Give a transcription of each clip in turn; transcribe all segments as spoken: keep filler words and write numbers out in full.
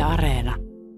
Areena.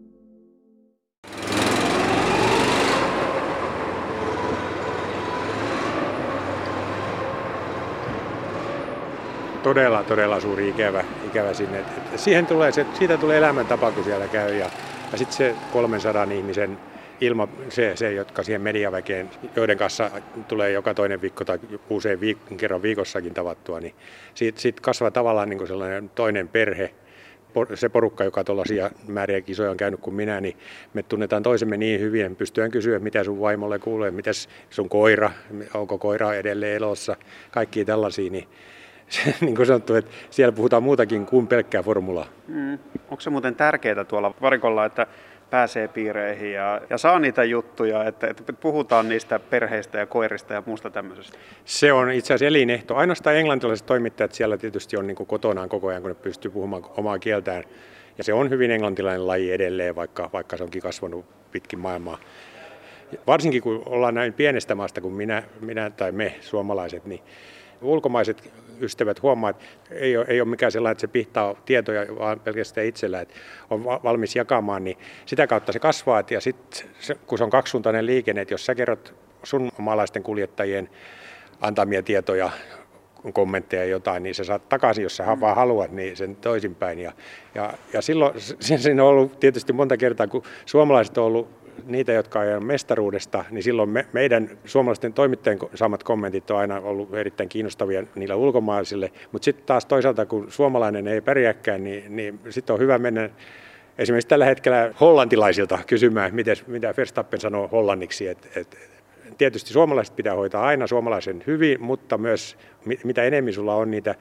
Todella, todella suuri ikävä, ikävä sinne. Että siihen tulee, se, siitä tulee elämäntapa, kun siellä käy. Ja, ja sitten se kolmensadan ihmisen ilma, se, se, jotka siihen mediaväkeen, joiden kanssa tulee joka toinen viikko tai usein viik- kerran viikossakin tavattua, niin siitä, siitä kasvaa tavallaan niin kuin sellainen toinen perhe. Se porukka, joka tuollaisia määriä kisoja on käynyt kuin minä, niin me tunnetaan toisemme niin hyvin, että pystytään kysyä, mitä sun vaimolle kuulee, mitäs sun koira, onko koira edelleen elossa, kaikkia tällaisia. Niin niin kuin sanottu, että siellä puhutaan muutakin kuin pelkkää formulaa. Mm. Onko se muuten tärkeää tuolla varikolla, että pääsee piireihin ja, ja saa niitä juttuja, että, että puhutaan niistä perheistä ja koirista ja muusta tämmöisestä? Se on itse asiassa elinehto. Ainoastaan englantilaiset toimittajat siellä tietysti on niin kuin kotonaan koko ajan, kun ne pystyy puhumaan omaa kieltään. Ja se on hyvin englantilainen laji edelleen, vaikka, vaikka se onkin kasvanut pitkin maailmaa. Varsinkin kun ollaan näin pienestä maasta kuin minä, minä tai me suomalaiset, niin ulkomaiset ystävät huomaa, että ei ole, ei ole mikään sellainen, että se pihtaa tietoja vaan pelkästään itsellä, että on valmis jakamaan, niin sitä kautta se kasvaa. Ja sitten kun se on kaksisuuntainen liikenne, että jos sä kerrot sun maalaisten kuljettajien antamia tietoja, kommentteja jotain, niin sä saat takaisin, jos sä mm. vaan haluat, niin sen toisinpäin. Ja, ja, ja silloin siinä on ollut tietysti monta kertaa, kun suomalaiset on ollut niitä, jotka on mestaruudesta, niin silloin me, meidän suomalaisten toimittajien saamat kommentit on aina ollut erittäin kiinnostavia niillä ulkomaalaisille, mutta sitten taas toisaalta, kun suomalainen ei pärjääkään, niin, niin sitten on hyvä mennä esimerkiksi tällä hetkellä hollantilaisilta kysymään, miten, mitä Verstappen sanoo hollanniksi. Et, et, tietysti suomalaiset pitää hoitaa aina suomalaisen hyvin, mutta myös mitä enemmän sulla on niitä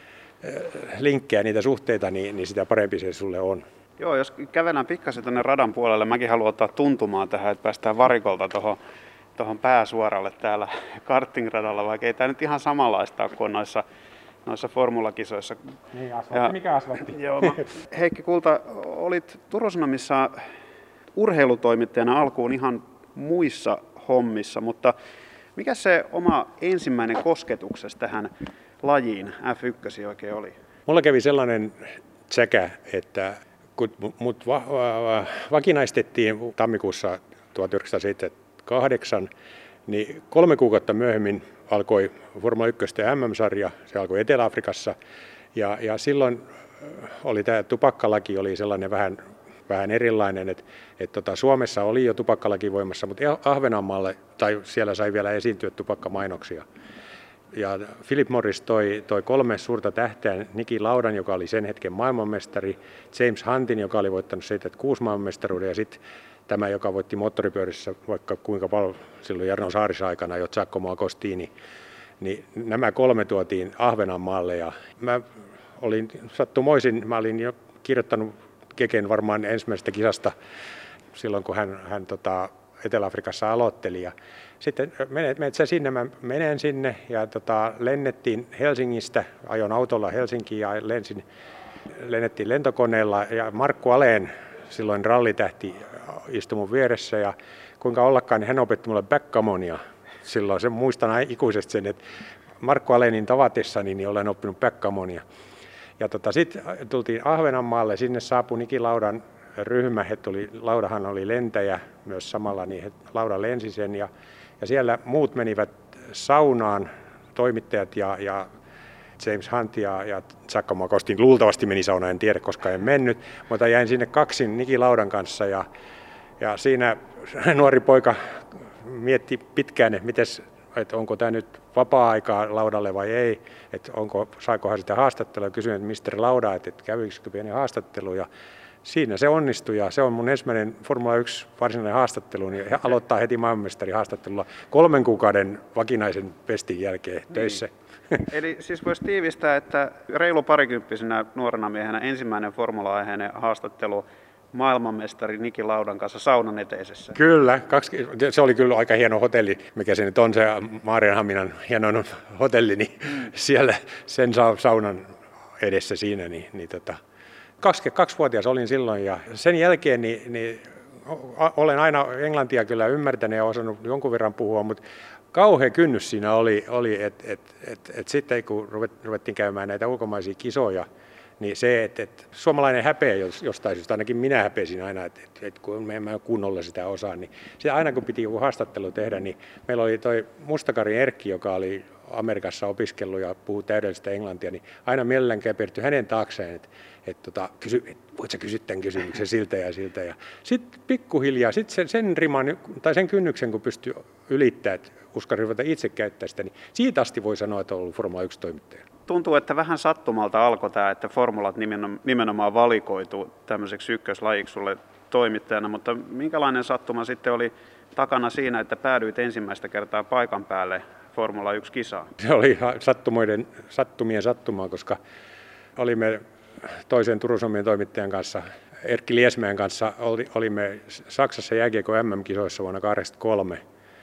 linkkejä, niitä suhteita, niin, niin sitä parempi se sulle on. Joo, jos kävelään pikkasen tuonne radan puolelle, mäkin haluan ottaa tuntumaan tähän, että päästään varikolta tuohon tuohon pääsuoralle täällä kartingradalla, vaikka ei tämä nyt ihan samanlaista ole kuin noissa, noissa formulakisoissa. Niin, asfaltti, ja, mikä asfaltti? Joo, mä, Heikki Kulta, olit Turun Sanomissa urheilutoimittajana alkuun ihan muissa hommissa, mutta mikä se oma ensimmäinen kosketuksesi tähän lajiin F yksi oikein oli? Mulla kävi sellainen tsäkä, että kun mut va- va- vakinaistettiin tammikuussa tuhatyhdeksänsataaseitsemänkymmentäkahdeksan, niin kolme kuukautta myöhemmin alkoi Formula yksi M M-sarja, se alkoi Etelä-Afrikassa, ja, ja silloin oli tämä tupakkalaki oli sellainen vähän, vähän erilainen, että et tota, Suomessa oli jo tupakkalaki voimassa, mutta Ahvenanmaalle, tai siellä sai vielä esiintyä tupakkamainoksia. Ja Philip Morris toi, toi kolme suurta tähteä, Niki Laudan, joka oli sen hetken maailmanmestari, James Huntin, joka oli voittanut seitsemänkymmentäkuusi maailmanmestaruuden, ja sitten tämä, joka voitti moottoripyörissä vaikka kuinka paljon silloin Jarno Saarisen aikana jo Giacomo Agostini, niin nämä kolme tuotiin Ahvenanmaalle, ja mä olin sattumoisin, mä olin jo kirjoittanut Keken varmaan ensimmäisestä kisasta silloin, kun hän, hän tota, Etelä-Afrikassa aloitteli. Ja sitten menet, menet sä sinne, mä menen sinne ja tota, lennettiin Helsingistä, ajon autolla Helsinkiin ja lensin, lennettiin lentokoneella ja Markku Alén, silloin rallitähti, istui mun vieressä ja kuinka ollakaan, niin hän opetti mulle backgammonia. Silloin sen muistan ikuisesti sen, että Markku Alénin tavatessani niin olen oppinut backgammonia. Ja tota, sitten tultiin Ahvenanmaalle, sinne saapui Niki Laudan ryhmä, he tuli, Laudahan oli lentäjä myös samalla, niin he, Lauda lensi sen ja, ja siellä muut menivät saunaan, toimittajat ja, ja James Hunt ja, ja Giacomo Agostini luultavasti meni saunaan, en tiedä, koska en mennyt, mutta jäin sinne kaksin Niki Laudan kanssa ja, ja siinä nuori poika mietti pitkään, että, mites, että onko tämä nyt vapaa-aikaa Laudalle vai ei, että onko, saikohan sitä haastattelua, kysyin, että misteri Lauda, että, että kävikö pieni haastattelu ja siinä se onnistui ja se on mun ensimmäinen Formula yksi varsinainen haastattelu, niin aloittaa heti maailmanmestari haastattelulla kolmen kuukauden vakinaisen pestin jälkeen niin töissä. Eli siis voisi tiivistää, että reilu parikymppisenä nuorena miehenä ensimmäinen Formula-aiheinen haastattelu maailmanmestari Niki Laudan kanssa saunan eteisessä. Kyllä, kaksi, se oli kyllä aika hieno hotelli, mikä se nyt on, se Maarianhaminan hienoin hotelli, niin mm. siellä sen saunan edessä siinä, niin, niin tota, kaksikymmentäkaksivuotias olin silloin ja sen jälkeen niin, niin olen aina englantia kyllä ymmärtänyt ja osannut jonkun verran puhua, mutta kauhea kynnys siinä oli, oli että et, et, et sitten kun ruvettiin käymään näitä ulkomaisia kisoja, niin se, että, että suomalainen häpeä jostain syystä, ainakin minä häpesin aina, että, että, että kun me emme kunnolla sitä osaa, niin se aina kun piti joku haastattelu tehdä, niin meillä oli toi Mustakarin Erkki, joka oli Amerikassa opiskellut ja puhui täydellistä englantia, niin aina mielellään käpertyi hänen taakseen, että, että, että kysy, että voit sä kysyä tämän kysymyksen siltä ja siltä. Ja sitten pikkuhiljaa, sit sen, sen riman tai sen kynnyksen, kun pystyi ylittämään, että uskalsi ruveta itse käyttää sitä, niin siitä asti voi sanoa, että on ollut Formula yksi toimittaja. Tuntuu, että vähän sattumalta alkoi tämä, että formulat nimenomaan valikoitu tämmöiseksi ykköslajiksi sulle toimittajana, mutta minkälainen sattuma sitten oli takana siinä, että päädyit ensimmäistä kertaa paikan päälle Formula yksi -kisaan? Se oli sattumoiden, sattumien sattumaa, koska olimme toisen Turun Sanomien toimittajan kanssa, Erkki Liesmäen kanssa, olimme Saksassa jääkiekon M M-kisoissa vuonna kahdeksankymmentäkolme.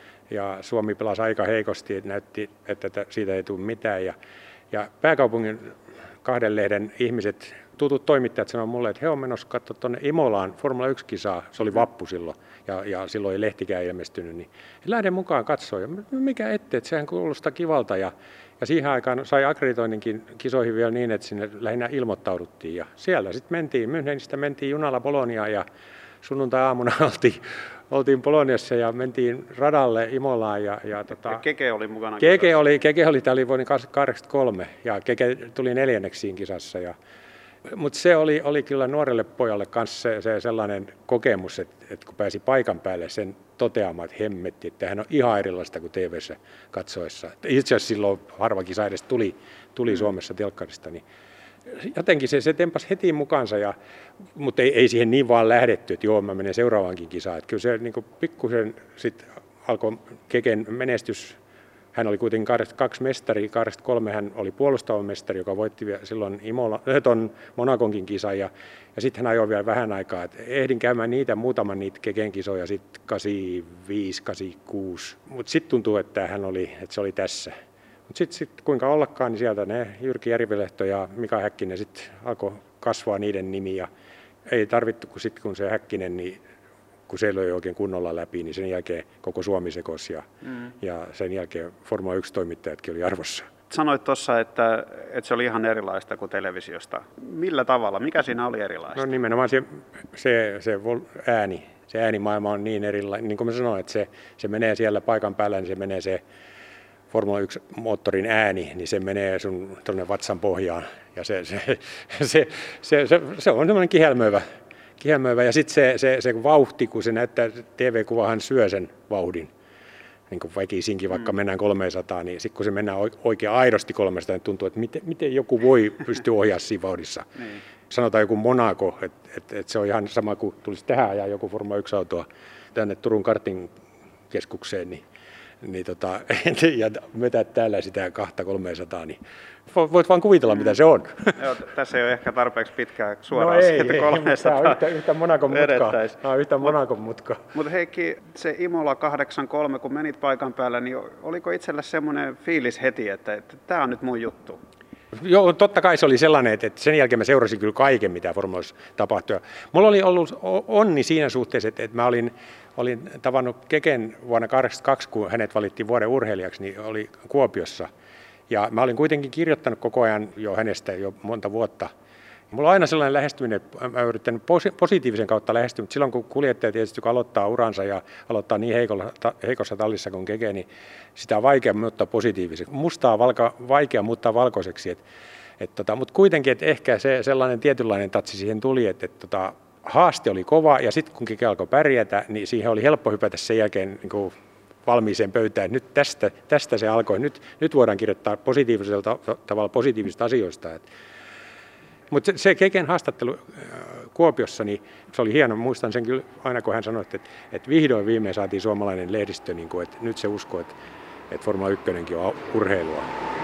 Ja Suomi pelasi aika heikosti, että näytti, että siitä ei tule mitään. Ja, ja pääkaupungin kahden lehden ihmiset, tutut toimittajat sanoivat mulle, että he on menossa katsoa tuonne Imolaan Formula yksi -kisaa. Se oli vappu silloin ja, ja silloin ei lehtikään ilmestynyt. Niin lähden mukaan katsoa. Ja mikä ettei, että sehän kuulostaa kivalta. Ja, ja siihen aikaan sai akkreditoinninkin kisoihin vielä niin, että sinne lähinnä ilmoittauduttiin. Ja siellä sitten mentiin, Münchenistä mentiin junalla Boloniaan ja sunnuntai-aamuna oltiin, oltiin Poloniassa ja mentiin radalle Imolaan. Ja, ja, tota, ja Keke oli mukana Keke oli, Keke oli, tämä oli vuonna kahdeksankymmentäkolme ja Keke tuli neljänneksi siinä kisassa. Ja, mutta se oli, oli kyllä nuorelle pojalle kanssa se, se sellainen kokemus, että, että kun pääsi paikan päälle sen toteamaan, että hemmetti, että tämähän on ihan erilaista kuin T V:ssä katsoessa. Itse asiassa silloin harva kisa edes tuli, tuli Suomessa telkkarista, niin jotenkin se, se tempasi heti mukaansa, ja, mutta ei, ei siihen niin vaan lähdetty, että joo, mä menen seuraavaankin kisaan. Että kyllä se niin kuin pikkusen sitten alkoi Keken menestys. Hän oli kuitenkin kahdeksankymmentäkaksi mestari, kahdeksankymmentäkolme hän oli puolustava mestari, joka voitti silloin Imola, ton Monaconkin kisan, ja, ja sitten hän ajoi vielä vähän aikaa. Et ehdin käymään niitä muutaman niitä Keken kisoja sitten kahdeksankymmentäviisi kahdeksankymmentäkuusi, mutta sitten tuntuu, että, hän oli, että se oli tässä. Mutta sitten sit, kuinka ollakaan, niin sieltä ne Jyrki Järvilehto ja Mika Häkkinen sitten alkoi kasvaa niiden nimiä. Ei tarvittu, kun sitten kun se Häkkinen, niin kun se löi oikein kunnolla läpi, niin sen jälkeen koko Suomi sekosi ja, mm. ja sen jälkeen Formula yksi -toimittajatkin oli arvossa. Sanoit tuossa, että, että se oli ihan erilaista kuin televisiosta. Millä tavalla? Mikä siinä oli erilaista? No nimenomaan se, se, se ääni. Se äänimaailma on niin erilainen. Niin kuin mä sanoin, että se, se menee siellä paikan päällä, niin se menee se Formula yksi -moottorin ääni, niin se menee sun tuonne vatsan pohjaan. Ja se, se, se, se, se, se on semmoinen kihelmöivä. kihelmöivä. Ja sitten se, se, se vauhti, kun se näyttää, T V-kuvahan syö sen vauhdin. Niin kuin väkisinkin, vaikka mm. mennään kolmesataa, niin sitten kun se mennään oikein aidosti kolmesataa, niin tuntuu, että miten, miten joku voi pystyä ohjaamaan siinä vauhdissa. Mm. Sanotaan joku Monaco, että et, et se on ihan sama kuin tulisi tähän ajaa joku Formula yksi -autoa tänne Turun karting-keskukseen, niin niin tota, ja metät täällä sitä kahta kolmesataa, niin voit vaan kuvitella, mitä se on. Joo, tässä ei ole ehkä tarpeeksi pitkää suoraan no siitä kolmesataa. Tämä on yhtä, yhtä Monacon mutkaa. Tämä on yhtä Monacon mutkaa. Mutta Heikki, se Imola kahdeksankymmentäkolme, kun menit paikan päällä, niin oliko itselle semmoinen fiilis heti, että, että tämä on nyt mun juttu? Joo, totta kai se oli sellainen, että sen jälkeen mä seurasin kyllä kaiken, mitä formuloissa tapahtui. Mulla oli ollut onni siinä suhteessa, että mä olin, olin tavannut Keken vuonna kahdeksankymmentäkaksi, kun hänet valittiin vuoden urheilijaksi, niin oli Kuopiossa. Ja mä olin kuitenkin kirjoittanut koko ajan jo hänestä jo monta vuotta. Mulla on aina sellainen lähestyminen, mä yritän positiivisen kautta lähestyä, mutta silloin kun kuljettaja tietysti kun aloittaa uransa ja aloittaa niin heikolla, heikossa tallissa kuin Keke, niin sitä on vaikea muuttaa positiiviseksi. Mustaa on valka, vaikea muuttaa valkoiseksi, et, et tota, mutta kuitenkin että ehkä se sellainen tietynlainen tatsi siihen tuli, että et, tota, haaste oli kova ja sitten kun Keke alkoi pärjätä, niin siihen oli helppo hypätä sen jälkeen niin kuin valmiiseen pöytään. Nyt tästä, tästä se alkoi, nyt, nyt voidaan kirjoittaa positiivisella tavalla positiivisista asioista. Et, mutta se, se Keken haastattelu Kuopiossa, niin se oli hieno. Muistan sen kyllä aina, kun hän sanoi, että, että vihdoin viimein saatiin suomalainen lehdistö, niin kuin, että nyt se uskoo, että, että Formula ykkönen on urheilua.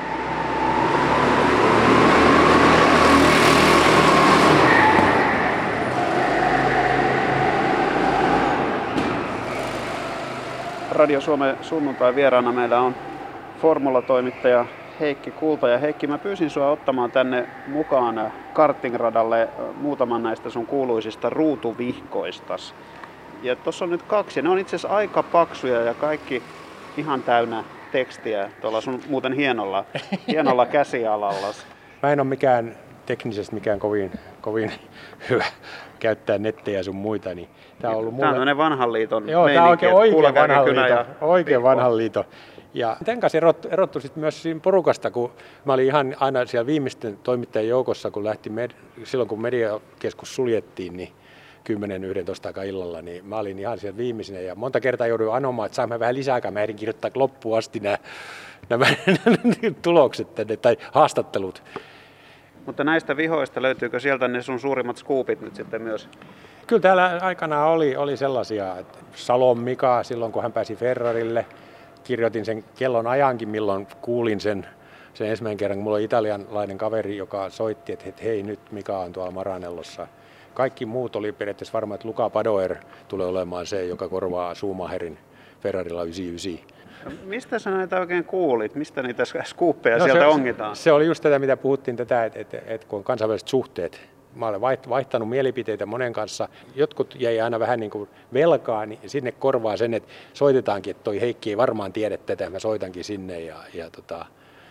Radio Suomen sunnuntai vieraana meillä on formulatoimittaja Heikki Kulta. Ja Heikki, mä pyysin sua ottamaan tänne mukaan kartingradalle muutaman näistä sun kuuluisista ruutuvihkoistas. Ja tossa on nyt kaksi, ja ne on itse asiassa aika paksuja ja kaikki ihan täynnä tekstiä tuolla sun muuten hienolla, hienolla käsialalla. Mä en ole mikään teknisesti mikään kovin, kovin hyvä käyttää nettejä sun muita. Niin tämä on ollut mulle... Tämä on vanhan liiton Joo, tämä on oikein, oikein vanhan liiton. Oikein vanhan liiton. Ja tämän kanssa erottu, erottu sit myös siinä porukasta, kun mä olin ihan aina siellä viimeisten toimittajien joukossa, kun lähti med, silloin kun mediakeskus suljettiin, niin kymmenen yksitoista aikaa illalla, niin mä olin ihan siellä viimeisenä ja monta kertaa jouduin anomaan, että saamme vähän lisää aikaa, mä ehdin kirjoittaa loppuun asti nämä, nämä tulokset tänne, tai haastattelut. Mutta näistä vihoista löytyykö sieltä ne sun suurimmat skuupit nyt sitten myös? Kyllä täällä aikanaan oli, oli sellaisia, että Salon Mika silloin kun hän pääsi Ferrarille, kirjoitin sen kellon ajankin, milloin kuulin sen, sen ensimmäinen kerran, kun mulla oli italialainen kaveri, joka soitti, että hei nyt Mika on tuolla Maranellossa. Kaikki muut oli periaatteessa varma, että Luca Badoer tulee olemaan se, joka korvaa Schumacherin Ferrarilla yhdeksänkymmentäyhdeksän. Mistä sä näitä oikein kuulit? Mistä niitä skuuppeja no sieltä se, ongitaan? Se oli just tätä, mitä puhuttiin tätä, että, että, että kun on kansainväliset suhteet. Mä olen vaihtanut mielipiteitä monen kanssa. Jotkut jäi aina vähän niin kuin velkaa, niin sinne korvaa sen, että soitetaankin, että toi Heikki ei varmaan tiedä tätä, mä soitankin sinne ja, ja tota,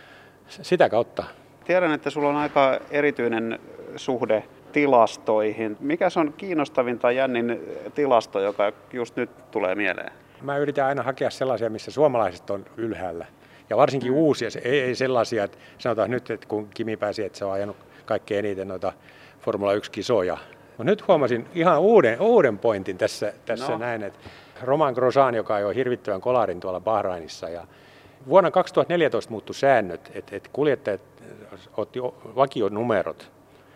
sitä kautta. Tiedän, että sulla on aika erityinen suhde tilastoihin. Mikäs on kiinnostavin tai jännin tilasto, joka just nyt tulee mieleen? Mä yritän aina hakea sellaisia, missä suomalaiset on ylhäällä. Ja varsinkin mm. uusia, ei, ei sellaisia, että sanotaan nyt, että kun Kimi pääsi, että se on ajanut kaikkein eniten noita Formula yksi-kisoja. No nyt huomasin ihan uuden, uuden pointin tässä, tässä no. näin, että Romain Grosjean, joka ajoi hirvittävän kolarin tuolla Bahrainissa. Ja vuonna kaksituhattaneljätoista muuttui säännöt, että, että kuljettajat otti vakionumerot.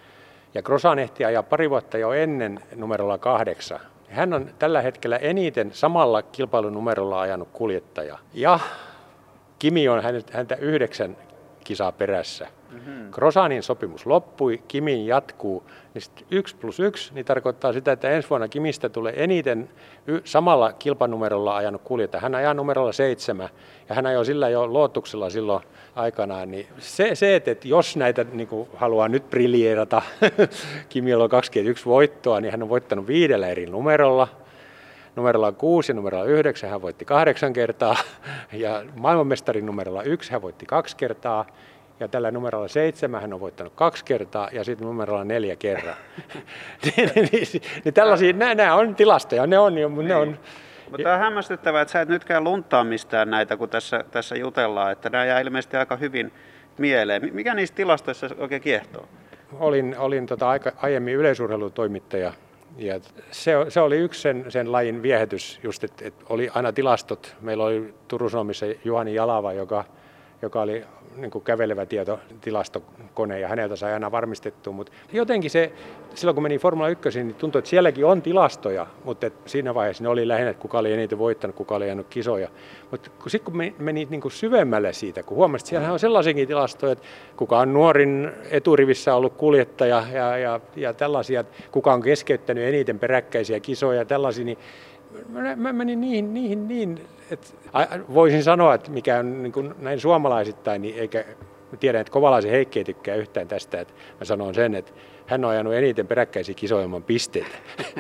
Ja Grosjean ehti ajaa pari vuotta jo ennen numerolla kahdeksan. Hän on tällä hetkellä eniten samalla kilpailunumerolla ajanut kuljettaja. Ja Kimi on häntä yhdeksän kisaa perässä. Mm-hmm. Grosjeanin sopimus loppui, Kimin jatkuu. Niin yksi plus yksi niin tarkoittaa sitä, että ensi vuonna Kimistä tulee eniten y- samalla kilpanumerolla ajanut kuljettaja. Hän ajaa numerolla seitsemän ja hän ajoi sillä jo Lotuksella silloin aikanaan. Niin se, se, että jos näitä niin kuin haluaa nyt briljeerata, Kimillä on kaksikymmentäyksi voittoa, niin hän on voittanut viidellä eri numerolla. Numerolla kuusi ja numerolla yhdeksän hän voitti kahdeksan kertaa ja maailmanmestarin numerolla yksi hän voitti kaksi kertaa. Ja tällä numerolla seitsemän hän on voittanut kaksi kertaa ja sitten numerolla neljä kerran. niin tällaisia, nämä on tilastoja, ne on. Ne on. Mutta on hämmästyttävää, että sä et nytkään lunttaa mistään näitä, kun tässä, tässä jutellaan, että nämä jää ilmeisesti aika hyvin mieleen. Mikä niissä tilastoissa oikein kiehtoo? Olin, olin tota aika, aiemmin yleisurheilutoimittaja ja se, se oli yksi sen, sen lajin viehätys, just että et oli aina tilastot. Meillä oli Turun Sanomissa Juhani Jalava, joka joka oli niin kuin kävelevä tietotilastokone ja häneltä sai aina varmistettua. Mutta jotenkin se, silloin kun meni Formula yksi, niin tuntui, että sielläkin on tilastoja, mutta et siinä vaiheessa ne oli lähinnä, että kuka oli eniten voittanut, kuka oli ajanut kisoja. Mutta sitten kun meni niin kuin syvemmälle siitä, kun huomasit, että siellä on sellaisiakin tilastoja, että kuka on nuorin eturivissä ollut kuljettaja ja, ja, ja tällaisia, että kuka on keskeyttänyt eniten peräkkäisiä kisoja ja tällaisia, niin mä menin niihin, niihin niin, että voisin sanoa, että mikä on niin kuin näin suomalaisittain, niin eikä tiedän, että Kovalaisen Heikki ei tykkää yhtään tästä, että mä sanon sen, että hän on ajanut eniten peräkkäisiä kisoja ilman pisteitä.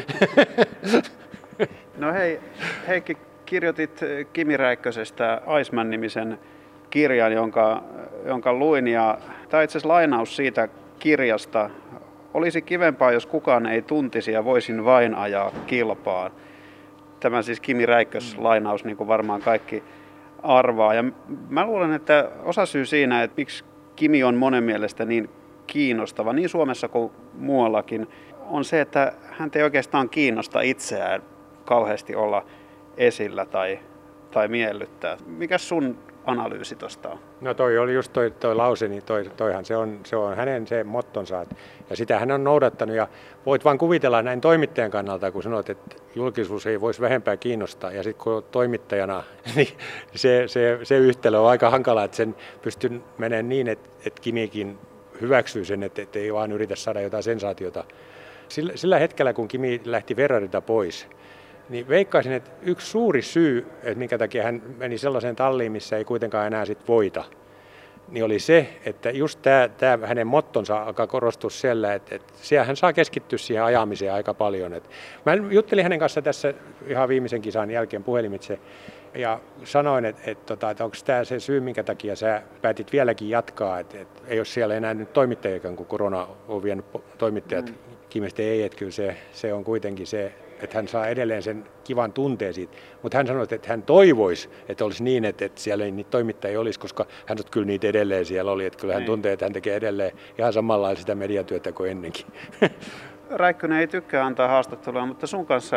No hei, Heikki, kirjoitit Kimi Räikkösestä Iceman-nimisen kirjan, jonka, jonka luin, ja tämä on itse asiassa lainaus siitä kirjasta. Olisi kivempaa, jos kukaan ei tuntisi ja voisin vain ajaa kilpaan. Tämä siis Kimi Räikkös-lainaus, niin kuin varmaan kaikki arvaa. Ja mä luulen, että osasyy siinä, että miksi Kimi on monen mielestä niin kiinnostava, niin Suomessa kuin muuallakin, on se, että hän ei oikeastaan kiinnosta itseään kauheasti olla esillä tai, tai miellyttää. Mikäs sun analyysi tuosta on? No toi oli just toi, toi lause, niin toi, toihan se on, se on hänen se mottonsa. Ja sitä hän on noudattanut ja voit vaan kuvitella näin toimittajan kannalta, kun sanoit, että julkisuus ei voisi vähempää kiinnostaa. Ja sitten kun toimittajana, niin se, se, se yhtälö on aika hankala, että sen pystyy menemään niin, että, että Kimikin hyväksyy sen, että, että ei vaan yritä saada jotain sensaatiota. Sillä, sillä hetkellä, kun Kimi lähti Ferrarilta pois, niin veikkaisin, että yksi suuri syy, että minkä takia hän meni sellaiseen talliin, missä ei kuitenkaan enää sit voita, niin oli se, että just tämä, tämä hänen mottonsa alkaa korostua siellä, että, että siellä hän saa keskittyä siihen ajamiseen aika paljon. Että mä juttelin hänen kanssa tässä ihan viimeisen kisan jälkeen puhelimitse ja sanoin, että, että, että, että onko tämä se syy, minkä takia sä päätit vieläkin jatkaa, että, että ei ole siellä enää nyt toimittajia, kun korona on vienyt toimittajat. Mm. Kimistä ei, että kyllä se, se on kuitenkin se, että hän saa edelleen sen kivan tunteen siitä. Mutta hän sanoi, että hän toivoisi, että olisi niin, että, että siellä ei niitä toimittajia olisi, koska hän sanoi, että kyllä niitä edelleen siellä oli. Että kyllä hän tuntee, että hän tekee edelleen ihan samalla sitä mediatyötä kuin ennenkin. Räikkönen ei tykkää antaa haastatteluja, mutta sun kanssa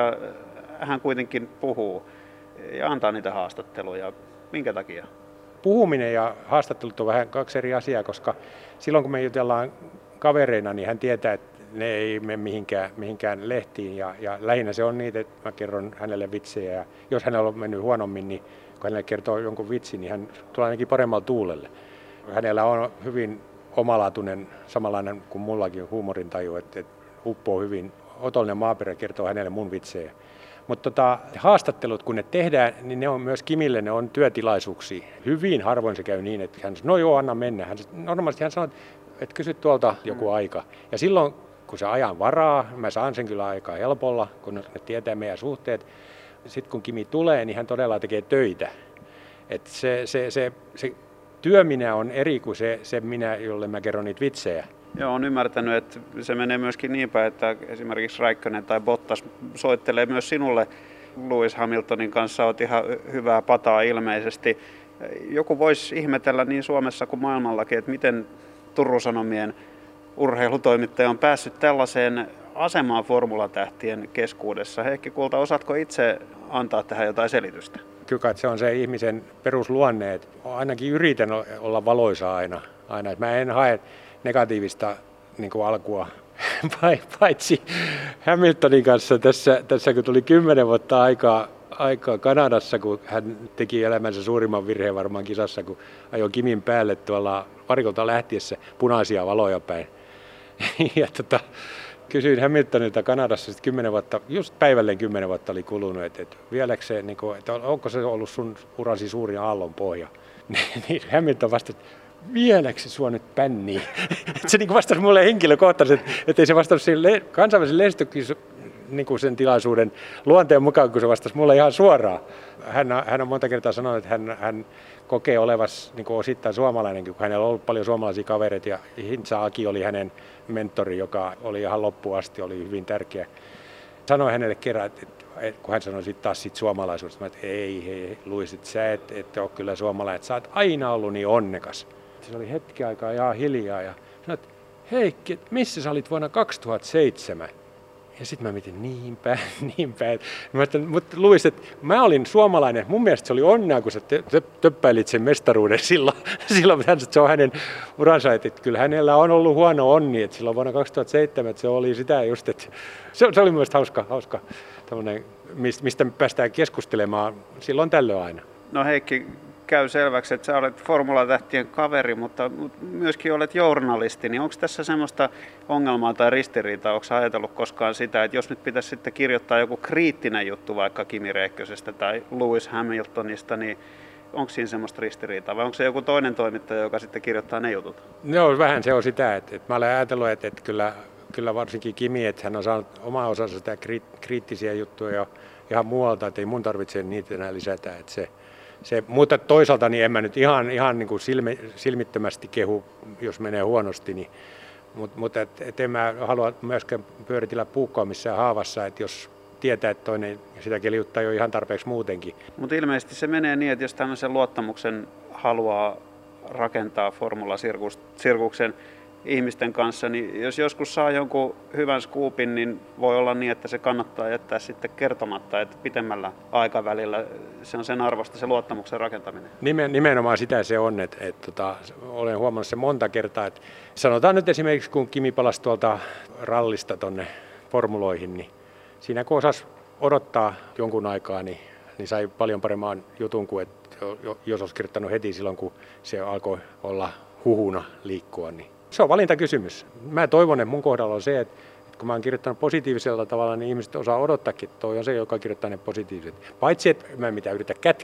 hän kuitenkin puhuu ja antaa niitä haastatteluja. Minkä takia? Puhuminen ja haastattelut on vähän kaksi eri asiaa, koska silloin kun me jutellaan kavereina, niin hän tietää, että ne ei mene mihinkään, mihinkään lehtiin ja, ja lähinnä se on niitä, että mä kerron hänelle vitsejä ja jos hänellä on mennyt huonommin, niin kun hänelle kertoo jonkun vitsin, niin hän tulee ainakin paremmalla tuulelle. Hänellä on hyvin omalaatuinen, samanlainen kuin mullakin huumorintaju, että, että uppoo hyvin. Otollinen maaperä kertoo hänelle mun vitsejä. Mutta tota, haastattelut, kun ne tehdään, niin ne on myös Kimille, ne on työtilaisuuksia. Hyvin harvoin se käy niin, että hän sanoo, no joo, anna mennä. Hän, normaalisti hän sanoo, että kysy tuolta joku mm. aika. Ja silloin, kun se ajan varaa, mä saan sen kyllä aika helpolla, kun ne tietää meidän suhteet. Sitten kun Kimi tulee, niin hän todella tekee töitä. Et se, se, se, se työ minä on eri kuin se, se minä, jolle mä kerron niitä vitsejä. Joo, olen ymmärtänyt, että se menee myöskin niin päin, että esimerkiksi Räikkönen tai Bottas soittelee myös sinulle. Lewis Hamiltonin kanssa olet ihan hyvää pataa ilmeisesti. Joku voisi ihmetellä niin Suomessa kuin maailmallakin, että miten Turun Sanomien urheilutoimittaja on päässyt tällaiseen asemaan formulatähtien keskuudessa. Heikki Kulta, osaatko itse antaa tähän jotain selitystä? Kyllä se on se ihmisen perusluonne, että ainakin yritän olla valoisa aina. aina. Mä en hae negatiivista niin kuin alkua, paitsi Hamiltonin kanssa tässä, tässä kun tuli kymmenen vuotta aikaa, aikaa Kanadassa, kun hän teki elämänsä suurimman virheen varmaan kisassa, kun ajoi Kimin päälle tuolla varikolta lähtiessä punaisia valoja päin. Ja tota, kysyin Hamiltonilta Kanadassa sitten kymmenen vuotta, just päivälleen kymmenen vuotta oli kulunut, että, että, vieläkö se, niin kuin, että onko se ollut sun urasi suurin aallon pohja. Niin Hamilton vastasi, vieläkö se sua nyt pännii? Se niin vastasi mulle henkilökohtaisesti, että ei se vastannut siihen kansainvälisen lehdistökin niin kuin sen tilaisuuden luonteen mukaan, kun se vastasi mulle ihan suoraan. Hän, hän on monta kertaa sanonut, että hän, hän kokee olevassa niin kuin osittain suomalainenkin, kun hänellä on ollut paljon suomalaisia kavereita ja Hintsa Aki oli hänen mentori, joka oli ihan loppuun asti, oli hyvin tärkeä. Sanoin hänelle kerran, että, että kun hän sanoi sit taas siitä suomalaisuudesta, että ei, hei, Lewis, että sä et, et ole kyllä suomalainen, että sä oot aina ollut niin onnekas. Se oli hetki aikaa ihan hiljaa ja sanoi, että Heikki, missä sä olit vuonna kaksituhattaseitsemän? Ja sitten mä mietin, niin päin, niin päin. Mä ajattelin, mutta Lewis, että mä olin suomalainen. Mun mielestä se oli onnea, kun sä töppäilit sen mestaruuden silloin. silloin hän, että se on hänen uransa, että kyllä hänellä on ollut huono onni. Että silloin vuonna kaksituhattaseitsemän että se oli sitä just, että se, se oli mielestäni hauska, hauska mistä me päästään keskustelemaan silloin tällöin aina. No Heikki, käy selväksi, että sä olet formulatähtien kaveri, mutta myöskin olet journalisti, niin onko tässä semmoista ongelmaa tai ristiriitaa? Onko sä ajatellut koskaan sitä, että jos nyt pitäisi sitten kirjoittaa joku kriittinen juttu vaikka Kimi Räikkösestä tai Lewis Hamiltonista, niin onko siinä semmoista ristiriitaa vai onko se joku toinen toimittaja, joka sitten kirjoittaa ne jutut? No vähän se on sitä, että, että mä olen ajatellut, että, että kyllä, kyllä varsinkin Kimi, että hän on saanut oma osansa sitä kriittisiä juttuja jo ihan muualta, että ei mun tarvitse niitä enää lisätä, että se Se, mutta toisaalta niin en mä nyt ihan, ihan niin kuin silmi, silmittömästi kehu, jos menee huonosti, niin, mutta, mutta et, et en mä halua myöskään pyöritellä puukkoa missään haavassa, että jos tietää, että toinen sitä keliuttaa jo ihan tarpeeksi muutenkin. Mutta ilmeisesti se menee niin, että jos tämmöisen luottamuksen haluaa rakentaa formulasirkuksen ihmisten kanssa, niin jos joskus saa jonkun hyvän skuupin, niin voi olla niin, että se kannattaa jättää sitten kertomatta, että pitemmällä aikavälillä se on sen arvosta se luottamuksen rakentaminen. Nimenomaan sitä se on, että, että, että olen huomannut se monta kertaa, että sanotaan nyt esimerkiksi kun Kimi palasi tuolta rallista tuonne formuloihin, niin siinä kun osasi odottaa jonkun aikaa, niin, niin sai paljon paremman jutun kuin että jos olisi kirjoittanut heti silloin, kun se alkoi olla huhuna liikkua, niin se on valintakysymys. Mä toivon, että mun kohdalla on se, että kun mä oon kirjoittanut positiivisella tavalla, niin ihmiset osaa odottaakin, että toi on se, joka kirjoittaa ne positiiviset. Paitsi, että mä en mitään yritä kätkeä.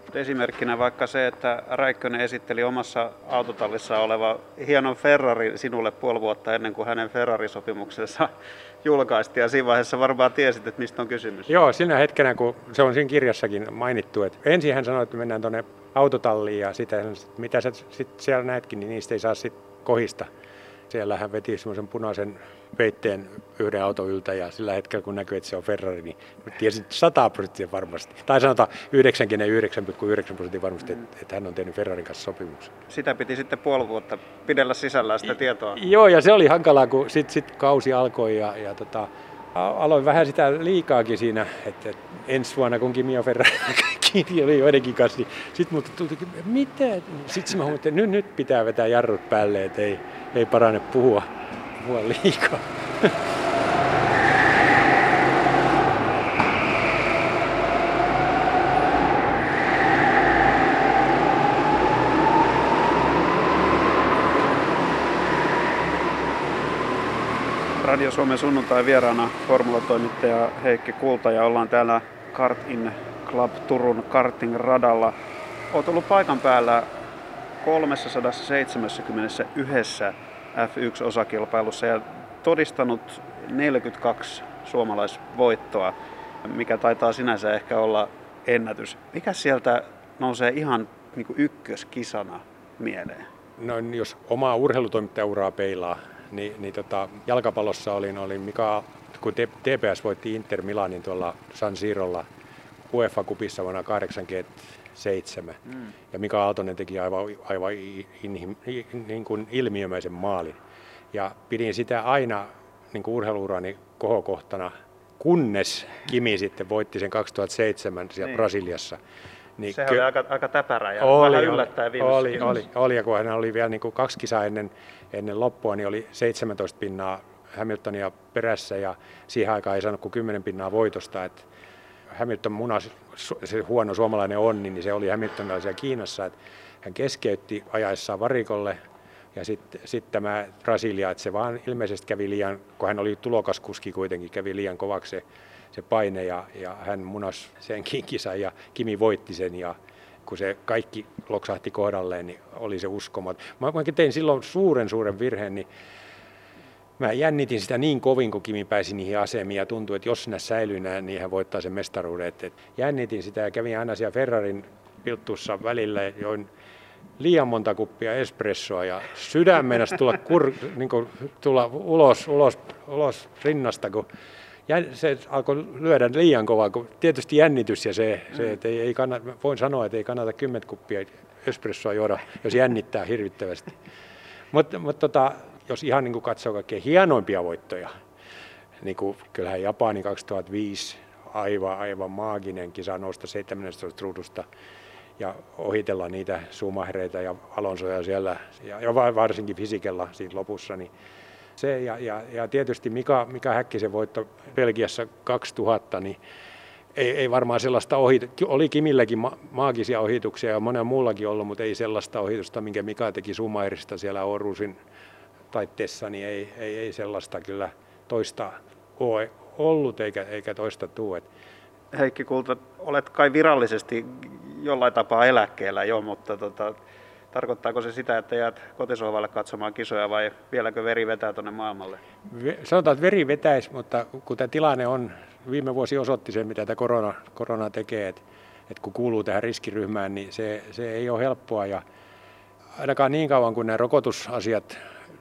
Esimerkkinä vaikka se, että Räikkönen esitteli omassa autotallissa oleva hienon Ferrari sinulle puoli vuotta ennen kuin hänen Ferrari-sopimuksensa julkaistiin. Ja siinä vaiheessa varmaan tiesit, että mistä on kysymys. Joo, siinä hetkenä, kun se on siinä kirjassakin mainittu, että ensin hän sanoi, että mennään tuonne autotalliin ja sitä, mitä sä sit siellä näetkin, niin niistä ei saa sit kohista. Siellä hän veti semmoisen punaisen peitteen yhden auton yltä ja sillä hetkellä kun näkyy, että se on Ferrari, niin tiesin sata prosenttia varmasti. Tai sanotaan yhdeksänkymmentäyhdeksän pilkku yhdeksän prosenttia varmasti, että, että hän on tehnyt Ferrarin kanssa sopimuksen. Sitä piti sitten puoli vuotta pidellä sisällään sitä tietoa. Joo, ja se oli hankalaa, kun sitten sit kausi alkoi ja, ja tota, aloin vähän sitä liikaakin siinä, että, että ensi vuonna kun Kimi on Ferrari oli joidenkin kanssa, niin sitten multa tuli, mitä? Sitten mä huomasin, että nyt, nyt pitää vetää jarrut päälle, että ei, ei parane puhua, puhua liikaa. Radio Suomen sunnuntai vieraana formulatoimittaja Heikki Kulta ja ollaan täällä Kart-in Club Turun karting-radalla. Olet ollut paikan päällä kolmesataaseitsemänkymmentäyksi F yksi -osakilpailussa ja todistanut neljäkymmentäkaksi suomalaisvoittoa, mikä taitaa sinänsä ehkä olla ennätys. Mikä sieltä nousee ihan niin kuin ykköskisana mieleen? No, jos omaa urheilutoimittajauraa peilaa, niin, niin tota, jalkapallossa olin, olin Mika, kun T P S voitti Inter Milanin tuolla San Sirolla UEFA-kupissa vuonna kahdeksankymmentäseitsemän. Mm. Ja Mika Aaltonen teki aivan, aivan inhim, niin kuin ilmiömäisen maalin. Ja pidin sitä aina niin kuin urheiluurani kohokohtana, kunnes Kimi sitten voitti sen kaksituhattaseitsemän siellä niin. Brasiliassa. Niin Sehän ky- oli aika, aika täpärä ja oli, vähän yllättäen viimeisessä. Oli, oli, oli, ja kun hän oli vielä niin kuin kaksi kisaa ennen, ennen loppua, niin oli seitsemäntoista pinnaa Hamiltonia perässä ja siihen aikaan ei saanut kuin kymmenen pinnaa voitosta. Että Hamilton munas, se huono suomalainen onni, niin se oli Hamiltonilla siellä Kiinassa, että hän keskeytti ajaessaan varikolle ja sitten sit tämä Brasilia, että se vaan ilmeisesti kävi liian, kun hän oli tulokaskuski kuitenkin, kävi liian kovaksi se, se paine ja, ja hän munas sen kisan ja Kimi voitti sen ja kun se kaikki loksahti kohdalleen, niin oli se uskomaton. Mä, mä tein silloin suuren suuren virheen, niin mä jännitin sitä niin kovin, kun Kimi pääsi niihin asemiin ja tuntui, että jos nämä säilyy, niin hän voittaa sen mestaruuden. Et, et jännitin sitä ja kävin aina siellä Ferrarin pilttuussa välillä, join liian monta kuppia espressoa ja sydän meinasi tulla, kur, niin kuin, tulla ulos, ulos, ulos rinnasta, kun se alkoi lyödä liian kovaa, kun tietysti jännitys ja se, se että ei, ei kannata, voin sanoa, että ei kannata kymmentä kuppia espressoa juoda, jos jännittää hirvittävästi. Mutta mut tota, jos ihan niin kuin katsoo kaikkein hienoimpia voittoja, niin kuin kyllähän Japani kaksituhattaviisi, aivan, aivan maaginen kisa nousta seitsemäntoista ruudusta ja ohitella niitä Schumachereita ja Alonsoja siellä, ja varsinkin Fisikella siinä lopussa, niin se ja, ja, ja tietysti Mika, Mika Häkkisen voitto Belgiassa kaksituhatta, niin ei, ei varmaan sellaista ohitusta, oli Kimilläkin ma- maagisia ohituksia ja monen muullakin ollut, mutta ei sellaista ohitusta, minkä Mika teki Schumacherista siellä Orusin taitteessa, niin ei, ei, ei sellaista kyllä toista ole ollut eikä, eikä toista tule. Heikki Kulta, olet kai virallisesti jollain tapaa eläkkeellä jo, mutta tota, tarkoittaako se sitä, että jäät kotisohvalle katsomaan kisoja vai vieläkö veri vetää tuonne maailmalle? Sanotaan, että veri vetäisi, mutta kun tämä tilanne on, viime vuosi osoitti sen, mitä tämä korona, korona tekee, että, että kun kuuluu tähän riskiryhmään, niin se, se ei ole helppoa. Ja ainakaan niin kauan kuin nämä rokotusasiat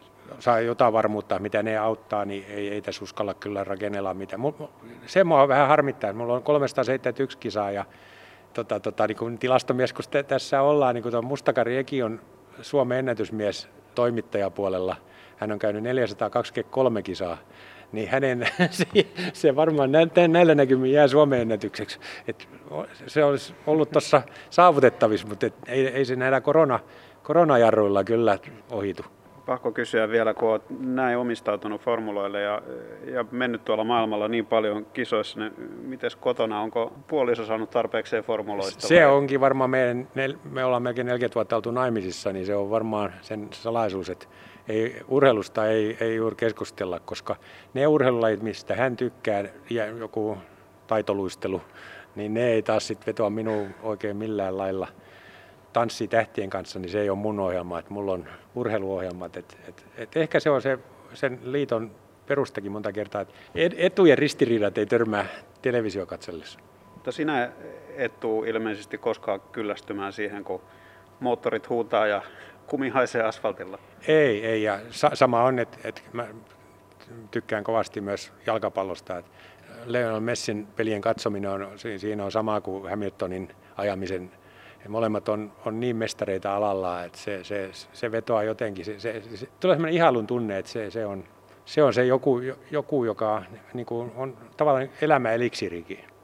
saa jotain varmuutta, mitä ne auttaa, niin ei, ei tässä uskalla kyllä rakennella mitään. Se mua vähän harmittaa, että mulla on kolmesataaseitsemänkymmentäyksi kisaa ja tota, tota, niin kuin tilastomies, kun tässä ollaan, niin kuin Mustakari Eki on Suomen ennätysmies toimittajapuolella, hän on käynyt neljäsataakaksikymmentäkolme kisaa, niin hänen, se, se varmaan näillä näkymin jää Suomen ennätykseksi. Et se olisi ollut tuossa saavutettavissa, mutta et ei, ei se näillä korona, koronajarruilla kyllä ohitu. Pakko kysyä vielä, kun olet näin omistautunut formuloille ja, ja mennyt tuolla maailmalla niin paljon kisoissa, niin miten kotona, onko puoliso saanut tarpeekseen formuloista? Se vai? Onkin varmaan, meidän, me ollaan melkein neljäkymmentä vuotta oltu naimisissa, niin se on varmaan sen salaisuus, että ei, urheilusta ei, ei juuri keskustella, koska ne urheilulajit, mistä hän tykkää, ja joku taitoluistelu, niin ne ei taas sitten vetoa minuun oikein millään lailla. Tanssi tähtien kanssa, niin se ei ole mun ohjelma, että mulla on urheiluohjelmat. Et, et, et ehkä se on se, sen liiton perustakin monta kertaa, että etujen ristiriidat ei törmää televisiokatsellessa. Mutta sinä et tule ilmeisesti koskaan kyllästymään siihen, kun moottorit huutaa ja kumi haisee asfaltilla. Ei, ei. Ja sa- sama on, että, että mä tykkään kovasti myös jalkapallosta. Että Lionel Messin pelien katsominen on, siinä on sama kuin Hamiltonin ajamisen. Ja molemmat on, on niin mestareita alalla, että se, se, se vetoaa jotenkin. Se, se, se, tulee sellainen ihailun tunne, että se, se, on, se on se joku, joku joka niin kuin on tavallaan elämä eliksirikin.